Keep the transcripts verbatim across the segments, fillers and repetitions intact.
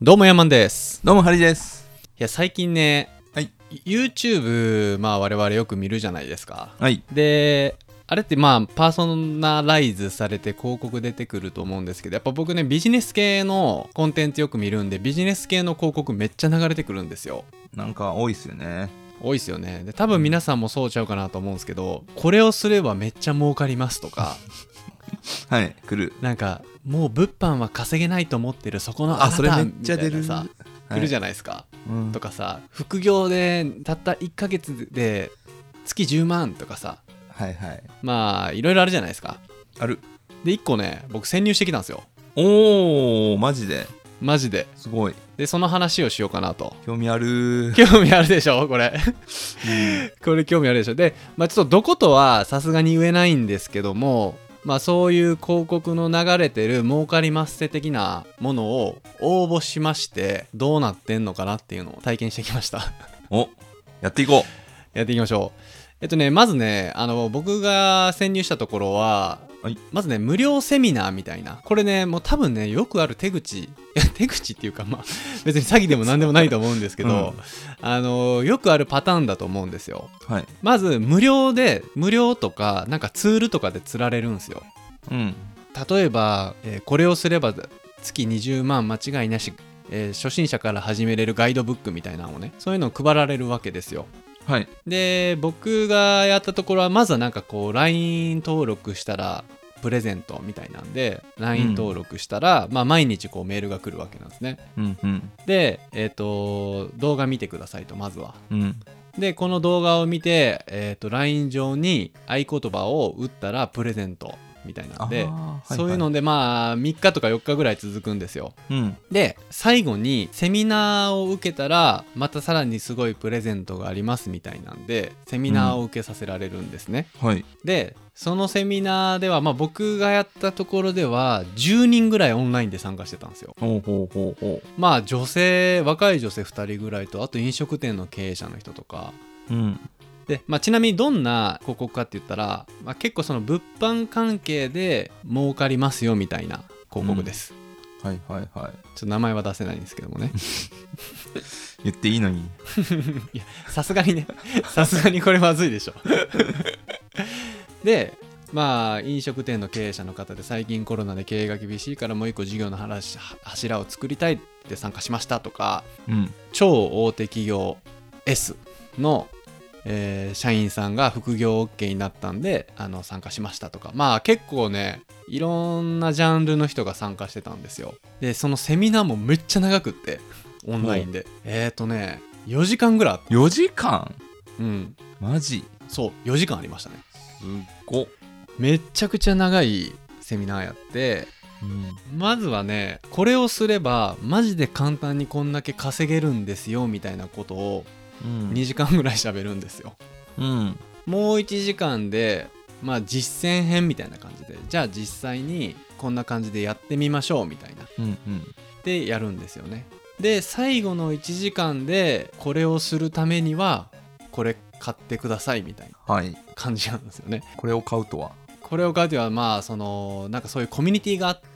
どうもヤマンです。 どうもハリです。 いや最近ね、 はい、 YouTube まあ我々よく見るじゃないですか。 はい。 であれってまあパーソナライズされて広告出てくると思うんですけど、やっぱ僕ねビジネス系のコンテンツよく見るんで、ビジネス系の広告めっちゃ流れてくるんですよ。 なんか多いっすよね。 多いっすよね。で多分皆さんもそうちゃうかなと思うんですけど、これをすればめっちゃ儲かりますとかはい来る。 なんかもう物販は稼げないと思ってるそこのあなたあそれめっちゃ出るみたいなさ、 はい、 来るじゃないですか、 うん、 とかさ、副業でたったいっかげつで月じゅうまんとかさ、 はいはい、 まあいろいろあるじゃないですか。 ある。 でいっこね僕潜入してきたんですよ。 おーマジでマジですごい。 でその話をしようかなと。 興味ある。 興味あるでしょこれ、 うん、 これ興味あるでしょ。でまあちょっとどことはさすがに言えないんですけども、まあそういう広告の流れてる儲かりますせ的なものを応募しまして、どうなってんのかなっていうのを体験してきましたおやっていこやっていきましょう。えっとねまずねあの僕が潜入したところは、はい、まずね無料セミナーみたいな、これねもう多分ねよくある手口手口っていうかまあ別に詐欺でも何でもないと思うんですけど、うん、あのよくあるパターンだと思うんですよ、はい、まず無料で無料とかなんかツールとかで釣られるんですよ、うん、例えば、えー、これをすれば月にじゅうまん間違いなし、えー、初心者から始めれるガイドブックみたいなのをね、そういうのを配られるわけですよ。はい、で僕がやったところはまずはなんかこう ライン 登録したらプレゼントみたいなんで ライン 登録したら、うん、まあ毎日こうメールが来るわけなんですね、うんうん、でえっ、ー、と動画見てくださいとまずは、うん、でこの動画を見て、えー、と ライン 上に合言葉を打ったらプレゼントみたいなんで、はいはい、そういうのでまあみっかとかよっかぐらい続くんですよ、うん、で最後にセミナーを受けたらまたさらにすごいプレゼントがありますみたいなんでセミナーを受けさせられるんですね、うん、はい、でそのセミナーでは、まあ、僕がやったところではじゅうにんぐらいオンラインで参加してたんですよ。ほうほうほうほう。まあ女性若い女性ふたりぐらいと、あと飲食店の経営者の人とか、うんでまあ、ちなみにどんな広告かって言ったら、まあ、結構その物販関係で儲かりますよみたいな広告です、うん、はいはいはい。ちょっと名前は出せないんですけどもね言っていいのにいやさすがにねさすがにこれまずいでしょでまあ飲食店の経営者の方で最近コロナで経営が厳しいからもう一個事業の話柱を作りたいって参加しましたとか、うん、超大手企業 S のえー、社員さんが副業 OK になったんであの参加しましたとか、まあ結構ねいろんなジャンルの人が参加してたんですよ。でそのセミナーもめっちゃ長くってオンラインでえーとねよじかんぐらいあった。 よじかん？ うん、 マジ？ そうよじかんありましたね。 すっご。 めちゃくちゃ長いセミナーやって、うん、まずはねこれをすればマジで簡単にこんだけ稼げるんですよみたいなことをうん、にじかんぐらい喋るんですよ、うん、もういちじかんでまあ実践編みたいな感じで、じゃあ実際にこんな感じでやってみましょうみたいな、うんうん、でやるんですよね。で最後のいちじかんでこれをするためにはこれ買ってくださいみたいな感じなんですよね、はい、 これを買うとはこれを買うとはまあそのなんかそういうコミュニティがあって、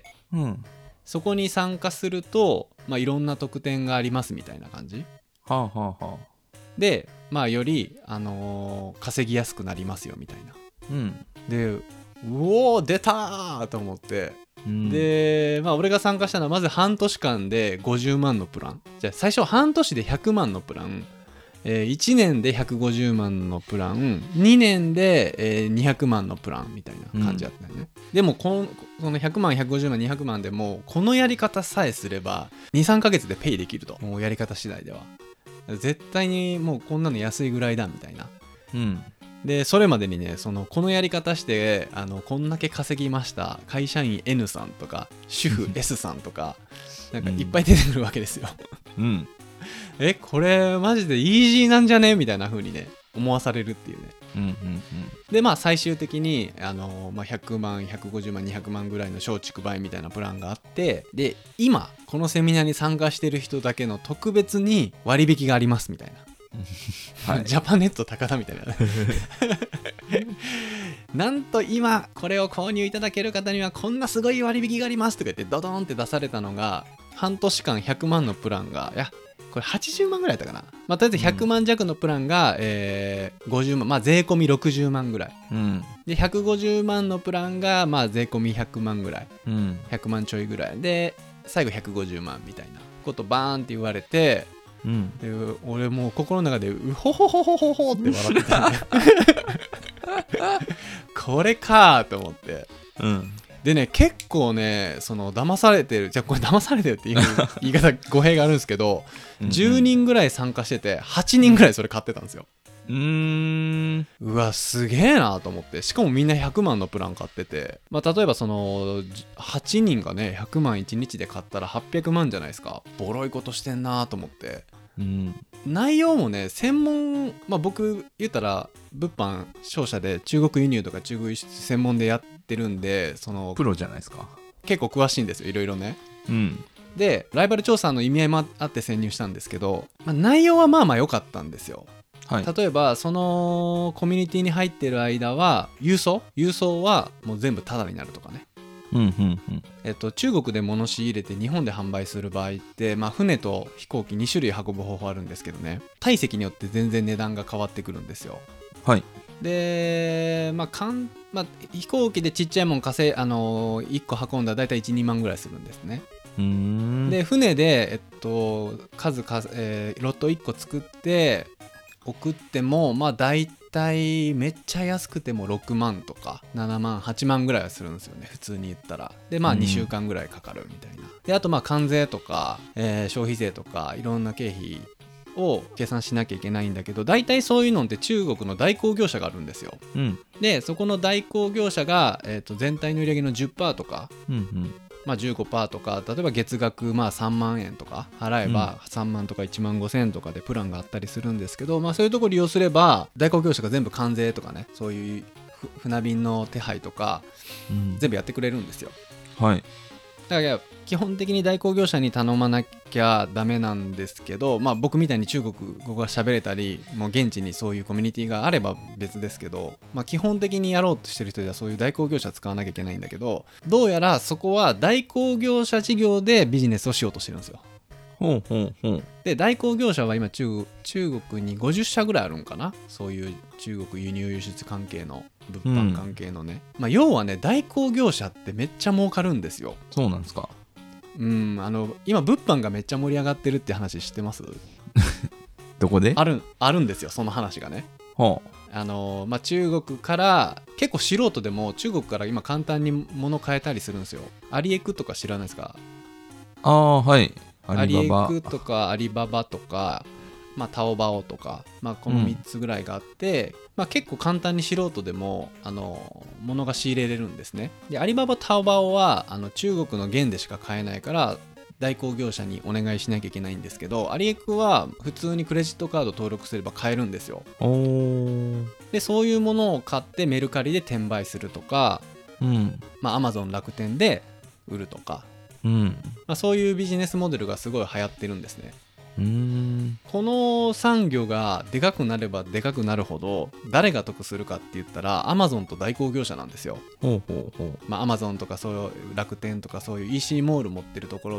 うん、そこに参加すると、まあ、いろんな特典がありますみたいな感じはあはあはあ、でまあより、あのー、稼ぎやすくなりますよみたいな、うん、でうおー出たーと思って、うん、でまあ俺が参加したのはまず半年間でごじゅうまんのプラン、じゃあ最初半年でひゃくまんのプラン、えー、いちねんでひゃくごじゅうまんのプラン、にねんで、えー、にひゃくまんのプランみたいな感じだったよね、うん、でもこの、このひゃくまんひゃくごじゅうまんにひゃくまんでもこのやり方さえすれば にさんかげつでペイできると、もうやり方次第では絶対にもうこんなの安いぐらいだみたいな、うん、でそれまでにねそのこのやり方してあのこんだけ稼ぎました会社員 N さんとか主婦 S さんとかなんかいっぱい出てくるわけですよ、うん、えこれマジでイージーなんじゃねみたいな風にね思わされるっていうね、うんうんうん、でまあ最終的にあの、まあ、ひゃくまんひゃくごじゅうまんにひゃくまんぐらいの小畜梅みたいなプランがあって、で今このセミナーに参加してる人だけの特別に割引がありますみたいな、はい、ジャパネット高田みたいななんと今これを購入いただける方にはこんなすごい割引がありますとか言ってドドーンって出されたのが半年間ひゃくまんのプランがいやこれはちじゅうまんぐらいだったかな、まあ、とりあえずひゃくまん弱のプランが、うんえー、ごじゅうまん、まあ、税込みろくじゅうまんぐらい、 うん、 でひゃくごじゅうまんのプランが、まあ、税込みひゃくまんぐらい、 うん、 ひゃくまんちょいぐらいで最後ひゃくごじゅうまんみたいなことバーンって言われて、うん、で俺もう心の中でうほほほほほほって笑ってたんでこれかーと思って、うん、でね結構ねその騙されてるじゃあこれ騙されてるっていう言い方語弊があるんですけどうん、うん、じゅうにんぐらい参加しててはちにんぐらいそれ買ってたんですよ。 うーんうわすげえなと思って、しかもみんなひゃくまんのプラン買ってて、まあ、例えばそのはちにんがねひゃくまんいちにちで買ったらはっぴゃくまんじゃないですか。ボロいことしてんなと思って、うん、内容もね専門、まあ、僕言ったら物販商社で中国輸入とか中国輸出専門でやってるんでそのプロじゃないですか。 結構詳しいんですよいろいろね、 うん、 でライバル調査の意味合いもあって潜入したんですけど、まあ、内容はまあまあ良かったんですよ。はい、例えばそのコミュニティに入ってる間は郵送郵送はもう全部タダになるとかね、うんうんうんえっと、中国で物仕入れて日本で販売する場合って、まあ、船と飛行機に種類運ぶ方法あるんですけどね、体積によって全然値段が変わってくるんですよ。 はいで、まあかんまあ、飛行機でちっちゃいもん稼い、あのー、いっこ運んだらだいたいいち、にまんぐらいするんですね。うーんで船で、えっと、数数、えー、ロットいっこ作って送ってもまあ大体めっちゃ安くてもろくまんとかななまんはちまんぐらいはするんですよね普通に言ったら。でまあにしゅうかんぐらいかかるみたいな。であとまあ関税とか、えー、消費税とかいろんな経費を計算しなきゃいけないんだけど、大体そういうのって中国の代行業者があるんですよ、うん、でそこの代行業者が、えー、と全体の売り上げの じゅっパーセント とか、うんうんまあ、じゅうごパーセント とか例えば月額まあさんまんえんとか払えばさんまんとかいちまんごせんとかでプランがあったりするんですけど、まあ、そういうところ利用すれば代行業者が全部関税とかねそういう船便の手配とか、うん、全部やってくれるんですよ。はいだから基本的に代行業者に頼まなきゃダメなんですけど、まあ、僕みたいに中国語が喋れたりもう現地にそういうコミュニティがあれば別ですけど、まあ、基本的にやろうとしてる人ではそういう代行業者使わなきゃいけないんだけど、どうやらそこは代行業者事業でビジネスをしようとしてるんですよ。ほうほうほうで代行業者は今 中, 中国にごじゅっしゃぐらいあるんかな、そういう中国輸入輸出関係の物販関係のね、うんまあ、要はね代行業者ってめっちゃ儲かるんですよ。 そうなんですか。 うんあの今物販がめっちゃ盛り上がってるって話知ってますどこであるあるんですよその話がね。はああのまあ、中国から結構素人でも中国から今簡単に物買えたりするんですよ。アリエクとか知らないですか。 ああはいアリエクとかアリババとか、まあ、タオバオとか、まあ、このみっつぐらいがあって、うんまあ、結構簡単に素人でもあの物が仕入れれるんですね。でアリババタオバオはあの中国の元でしか買えないから代行業者にお願いしなきゃいけないんですけど、アリエクは普通にクレジットカード登録すれば買えるんですよ。おでそういうものを買ってメルカリで転売するとか、うんまあ、Amazon 楽天で売るとかうんまあ、そういうビジネスモデルがすごい流行ってるんですね。うーんこの産業がでかくなればでかくなるほど誰が得するかって言ったら Amazon と代行業者なんですよ。ほうほうほう、まあ、Amazon とかそういう楽天とかそういう イーシー モール持ってるところって、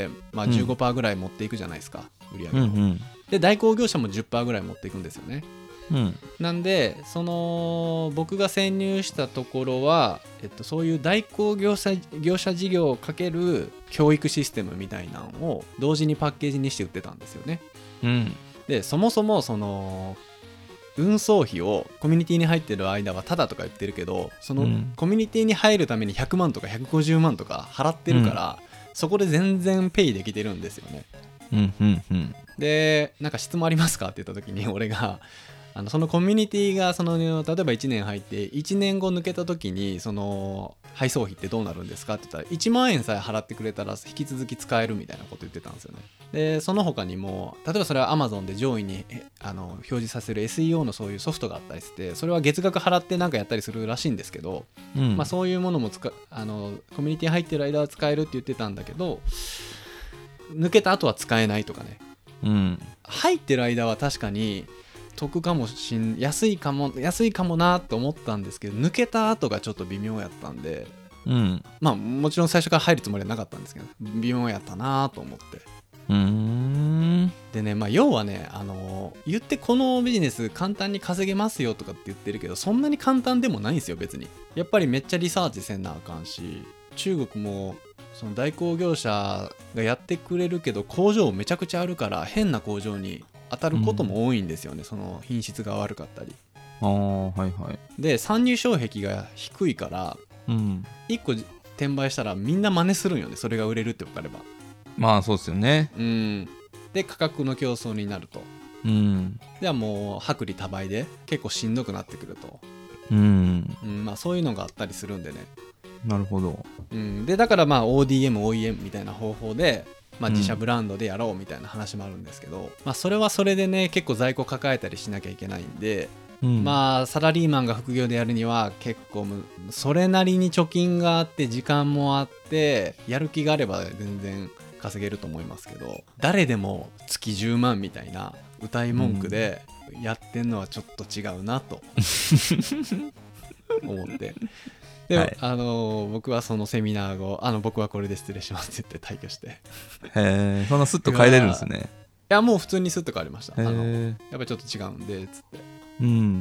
まあ、じゅうごパーセント ぐらい持っていくじゃないですか、うん、売り上げを、うんうん、で代行業者も じゅっパーセント ぐらい持っていくんですよね。うん、なんでその僕が潜入したところは、えっと、そういう代行業者、業者事業をかける教育システムみたいなのを同時にパッケージにして売ってたんですよね。うん、でそもそもその運送費をコミュニティに入ってる間はタダとか言ってるけど、そのコミュニティに入るためにひゃくまんとかひゃくごじゅうまんとか払ってるから、うん、そこで全然ペイできてるんですよね。うんうんうん、でなんか質問ありますかって言った時に俺があのそのコミュニティがその例えばいちねん入っていちねんご抜けた時にその配送費ってどうなるんですかって言ったらいちまんえんさえ払ってくれたら引き続き使えるみたいなこと言ってたんですよね。でその他にも例えばそれは Amazon で上位にあの表示させる エスイーオー のそういうソフトがあったりしてそれは月額払ってなんかやったりするらしいんですけど、うんまあ、そういうものも使あのコミュニティ入ってる間は使えるって言ってたんだけど抜けた後は使えないとかね、うん、入ってる間は確かに得かもしん安いかも安いかもなと思ったんですけど抜けた後がちょっと微妙やったんで、 うんまあもちろん最初から入るつもりはなかったんですけど微妙やったなと思って。 うーんでね、まあ要はね、あの言ってこのビジネス簡単に稼げますよとかって言ってるけど、そんなに簡単でもないんですよ別に。やっぱりめっちゃリサーチせんなあかんし、中国もその代行業者がやってくれるけど工場めちゃくちゃあるから変な工場に当たることも多いんですよね、うん、その品質が悪かったり。 ああはいはい。 で参入障壁が低いから、うん、いっこ転売したらみんな真似するんよね、それが売れるって分かれば。 まあそうですよね。 うん。で価格の競争になると。うん。ではもう薄利多売で結構しんどくなってくると。うん。うん、まあそういうのがあったりするんでね。 なるほど。 うん。でだからまあ オーディーエム、オーイーエム みたいな方法で、まあ、自社ブランドでやろうみたいな話もあるんですけど、うん、まあそれはそれでね結構在庫抱えたりしなきゃいけないんで。うん、まあサラリーマンが副業でやるには結構それなりに貯金があって時間もあってやる気があれば全然稼げると思いますけど、誰でも月じゅうまんみたいな歌い文句でやってんのはちょっと違うなと思ってで、はい、あの僕はそのセミナー後あの僕はこれで失礼しますって言って退去して。 へえ、そんなスッと変えれるんですね。 いやもう普通にスッと変わりました。あのやっぱりちょっと違うんでつって、うん、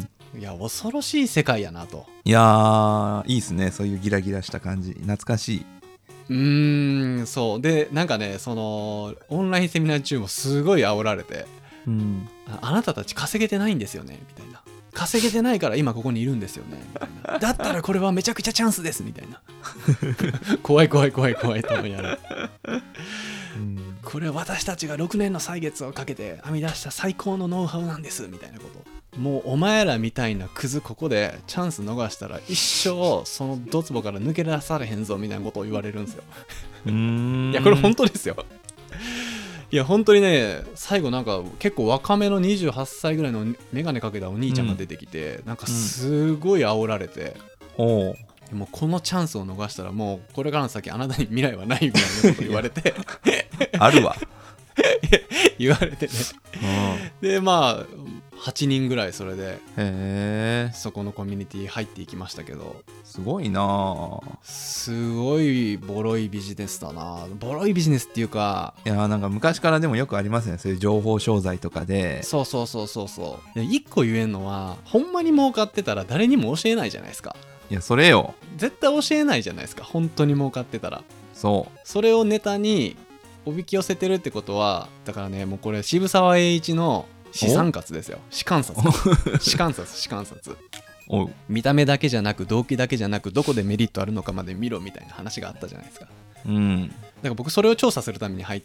いや恐ろしい世界やなと。 いやーいいっすね、そういうギラギラした感じ、懐かしい。 うーんそうでなんかねそのオンラインセミナー中もすごい煽られて、うん、あ, あなたたち稼げてないんですよねみたいな、稼げてないから今ここにいるんですよねみたいな、だったらこれはめちゃくちゃチャンスですみたいな怖い怖い怖い怖いと思いながら、うん、これは私たちがろくねんの歳月をかけて編み出した最高のノウハウなんですみたいなこと、もうお前らみたいなクズここでチャンス逃したら一生そのドツボから抜け出されへんぞみたいなことを言われるんですよ。うーんいやこれ本当ですよ。いや本当にね最後なんか結構若めのにじゅうはっさいぐらいのメガネかけたお兄ちゃんが出てきて、うん、なんかすごい煽られて、うん、おもうこのチャンスを逃したらもうこれからの先あなたに未来はないみたいなこと言われてあるわ言われてね、うん、でまあはちにんぐらいそれでへそこのコミュニティ入っていきましたけど、 すごいな、 すごいボロいビジネスだな。ボロいビジネスっていうか、 いやなんか昔からでもよくありますね、そういう情報商材とかで。 そうそうそうそうそう。一個言えんのはほんまに儲かってたら誰にも教えないじゃないですか。 いやそれよ、 絶対教えないじゃないですか、本当に儲かってたら。 そうそれをネタにおびき寄せてるってことはだからね、もうこれ渋沢栄一の資産活ですよ。資観察資観察資観察お見た目だけじゃなく動機だけじゃなくどこでメリットあるのかまで見ろみたいな話があったじゃないですか。うん、だから僕それを調査するために入って、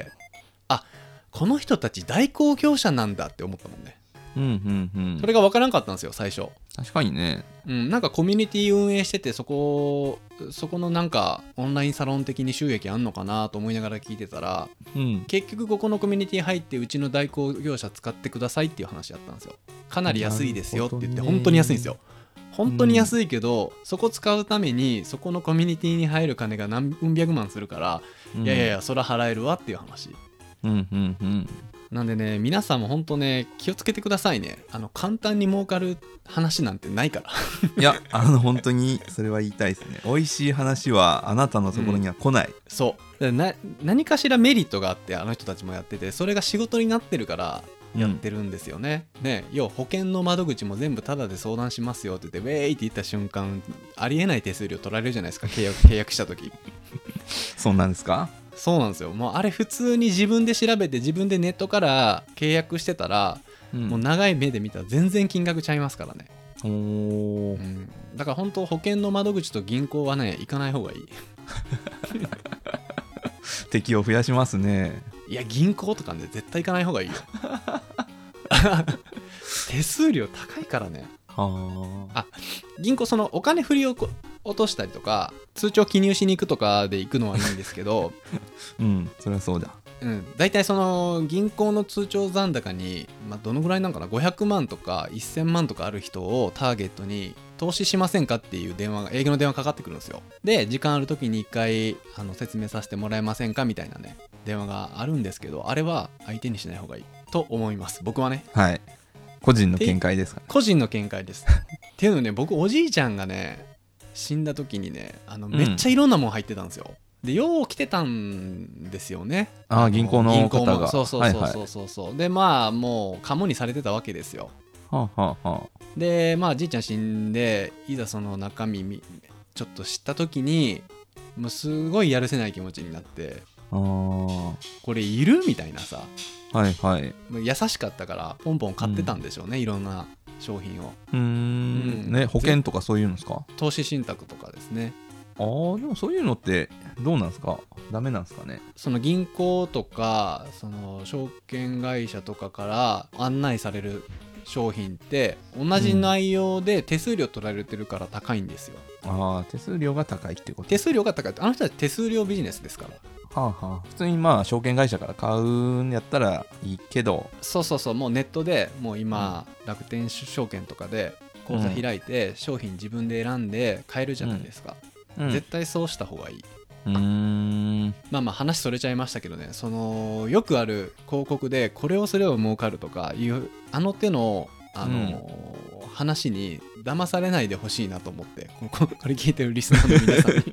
あこの人たち代行業者なんだって思ったもんね。うんうんうん、それが分からんかったんですよ最初。 確かにね、 うん、なんかコミュニティ運営しててそこそこのなんかオンラインサロン的に収益あんのかなと思いながら聞いてたら、うん、結局ここのコミュニティ入ってうちの代行業者使ってくださいっていう話だったんですよ。かなり安いですよって言って、本当に安いんですよ。本当に安いけど、うん、そこ使うためにそこのコミュニティに入る金が何百万するから、うん、いやいやいやそれは払えるわっていう話。うんうんうん。なんでね皆さんも本当ね気をつけてくださいね。あの簡単に儲かる話なんてないからいやあの本当にそれは言いたいですね。美味しい話はあなたのところには来ない、うん、 そうな何かしらメリットがあってあの人たちもやってて、それが仕事になってるからやってるんですよね、うん、ね要は保険の窓口も全部タダで相談しますよって言ってウェーイって言った瞬間ありえない手数料取られるじゃないですか、契約、契約した時そうなんですか。 そうなんですよ。もうあれ普通に自分で調べて自分でネットから契約してたら、うん、もう長い目で見たら全然金額ちゃいますからね。お、うん、だから本当保険の窓口と銀行はね行かない方がいい敵を増やしますね。 いや銀行とかね絶対行かない方がいいよ手数料高いからね。はあ、銀行そのお金振りを落としたりとか通帳記入しに行くとかで行くのはいいんですけどうんそりゃそうだ。 うん、だいたいその銀行の通帳残高に、まあ、どのぐらいなんかなごひゃくまんとかせんまんとかある人をターゲットに投資しませんかっていう電話が営業の電話かかってくるんですよ。で時間ある時に一回あの説明させてもらえませんかみたいなね電話があるんですけど、あれは相手にしない方がいいと思います僕はね。 はい個人の見解ですか。 個人の見解ですっていうのね、僕おじいちゃんがね死んだ時にねあのめっちゃいろんなもん入ってたんですよ、うん、でよう来てたんですよね。 ああ銀行の方がそうそうそうそうそうそう、はいはい、でまあもうカモにされてたわけですよ。 はあはあはあ、 でまあじいちゃん死んでいざその中身ちょっと知った時にもうすごいやるせない気持ちになって、あこれいるみたいなさ、 はいはい、 優しかったからポンポン買ってたんでしょうね、うん、いろんな商品を。 うーん、うん、ね保険とかそういうのですか？ 投資信託とかですね。 あーでもそういうのってどうなんですか？ダメなんですかね？ その銀行とかその証券会社とかから案内される商品って同じ内容で手数料取られてるから高いんですよ、 うん、ああ手数料が高いってこと？ 手数料が高いって、あの人たち手数料ビジネスですから。 はあはあ、普通にまあ証券会社から買うんやったらいいけど、 そうそうそう、もうネットでもう今、うん、楽天証券とかで口座開いて、うん、商品自分で選んで買えるじゃないですか、うん、絶対そうした方がいい。うーんまあまあ話それちゃいましたけどね、そのよくある広告でこれをすれば儲かるとかいうあの手のあのーうん、話に騙されないでほしいなと思ってここれ聞いてるリスナーの皆さんに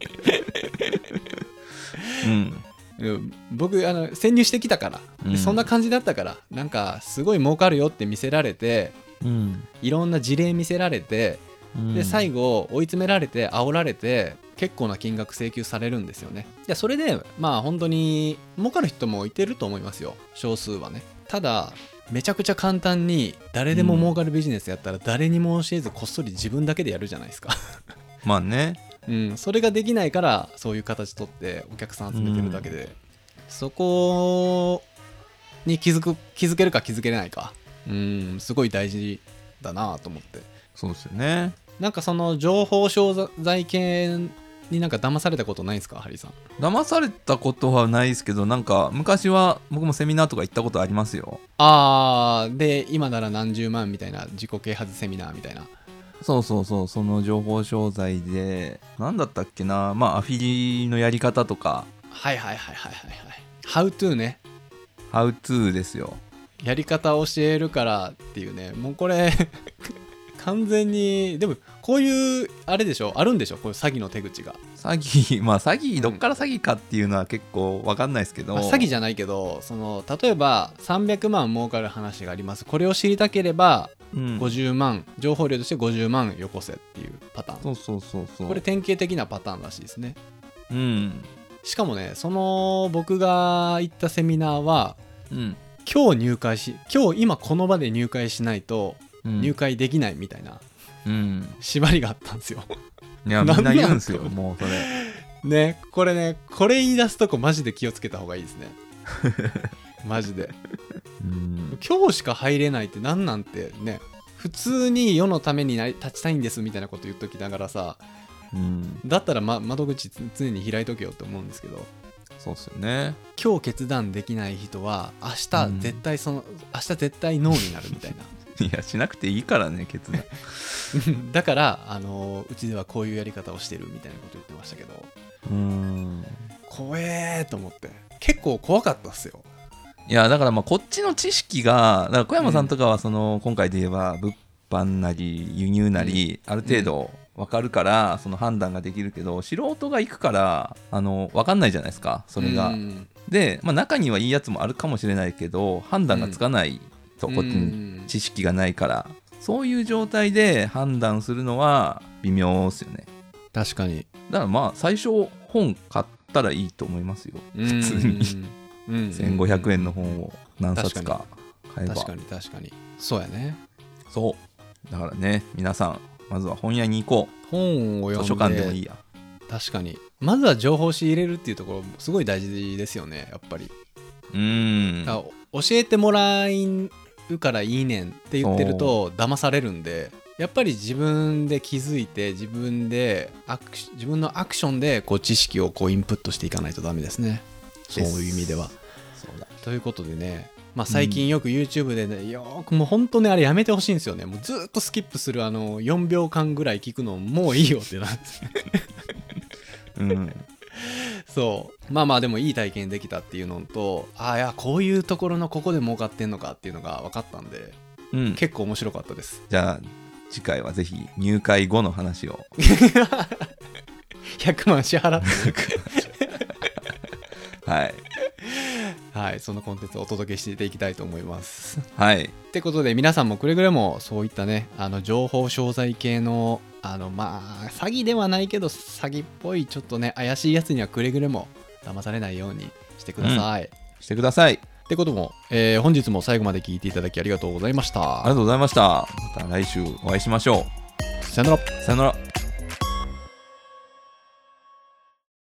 うん、僕あの潜入してきたから、うん、そんな感じだったからなんかすごい儲かるよって見せられて、うん、いろんな事例見せられて、うん、で最後追い詰められて煽られて結構な金額請求されるんですよね。でそれでまあ本当に儲かる人もいてると思いますよ、少数はね。ただめちゃくちゃ簡単に誰でも儲かるビジネスやったら誰にも教えずこっそり自分だけでやるじゃないですかまあね、 うん、それができないからそういう形取ってお客さん集めてるだけで、うん、そこに気づく気づけるか気づけれないか、うん、すごい大事だなと思って。 そうですよね。 なんかその情報商材系になんか騙されたことないですか、ハリーさん？ 騙されたことはないですけど、なんか昔は僕もセミナーとか行ったことありますよ。 あーで今なら何十万みたいな自己啓発セミナーみたいな。 そうそうそう、その情報商材で何だったっけな、まあアフィリのやり方とか。 はいはいはいはいはいはい。How to ね。 How to ですよ。 やり方を教えるからっていうね、もうこれ完全にでもこういうあれでしょ、あるんでしょ、こういう詐欺の手口が。 詐欺まあ詐欺どっから詐欺かっていうのは結構分かんないですけど、 まあ、詐欺じゃないけどその例えばさんびゃくまん儲かる話があります、これを知りたければごじゅうまん、うん、情報量としてごじゅうまんよこせっていうパターン。 そうそうそうそう、 これ典型的なパターンらしいですね。 うん。 しかもね、その僕が行ったセミナーは、 うん、 今日入会し今日今この場で入会しないと入会できないみたいな、うん、縛りがあったんですよ。 いやみんな言うんですよもうそれね。これね、これ言い出すとこマジで気をつけた方がいいですねマジで。うん今日しか入れないってなんなんてね、普通に世のためになり立ちたいんですみたいなこと言っときながらさ、うん、だったら、ま、窓口常に開いとけよって思うんですけど。 そうっすよね。 今日決断できない人は明日絶対その、うん、明日絶対ノーになるみたいな。 いやしなくていいからね決断だからあのうちではこういうやり方をしてるみたいなこと言ってましたけど、うーん怖えーと思って結構怖かったっすよ。 いやだからまあこっちの知識がだから小山さんとかはその、うん、今回で言えば物販なり輸入なり、うん、ある程度分かるからその判断ができるけど、素人が行くからあの分かんないじゃないですかそれが、うん、で、まあ、中にはいいやつもあるかもしれないけど判断がつかない、うん、こっちに知識がないから、そういう状態で判断するのは微妙ですよね。 確かに。 だからまあ最初本買ったらいいと思いますよ普通にせんごひゃくえんの本を何冊か買えば。 確かに確かにそうやね。 そうだからね、皆さんまずは本屋に行こう。 本を読んで図書館でもいいや。 確かにまずは情報を仕入れるっていうところすごい大事ですよねやっぱり。 うーん教えてもらうからいいねんって言ってると騙されるんで、やっぱり自分で気づいて自分でアクシ自分のアクションでこう知識をこうインプットしていかないとダメですね。そういう意味では。そうだということでね、まあ、最近よく YouTube でね、うん、よくもう本当ねあれやめてほしいんですよね。もうずっとスキップするあのよんびょうかんぐらい聞くのもういいよってなんですね、うん、そうまあまあでもいい体験できたっていうのと、ああいやこういうところのここで儲かってんのかっていうのが分かったんで、うん、結構面白かったです。 じゃあ次回はぜひ入会後の話をひゃくまん支払ってはいはい、そのコンテンツをお届けしていきたいと思います。 はい。 ってことで皆さんもくれぐれもそういったね、あの情報商材系のあのまあ詐欺ではないけど詐欺っぽいちょっとね怪しいやつにはくれぐれも騙されないようにしてください。うん、 してください。 ってことも、えー、本日も最後まで聞いていただきありがとうございました。 ありがとうございました。また来週お会いしましょう。さよなら。 さよなら。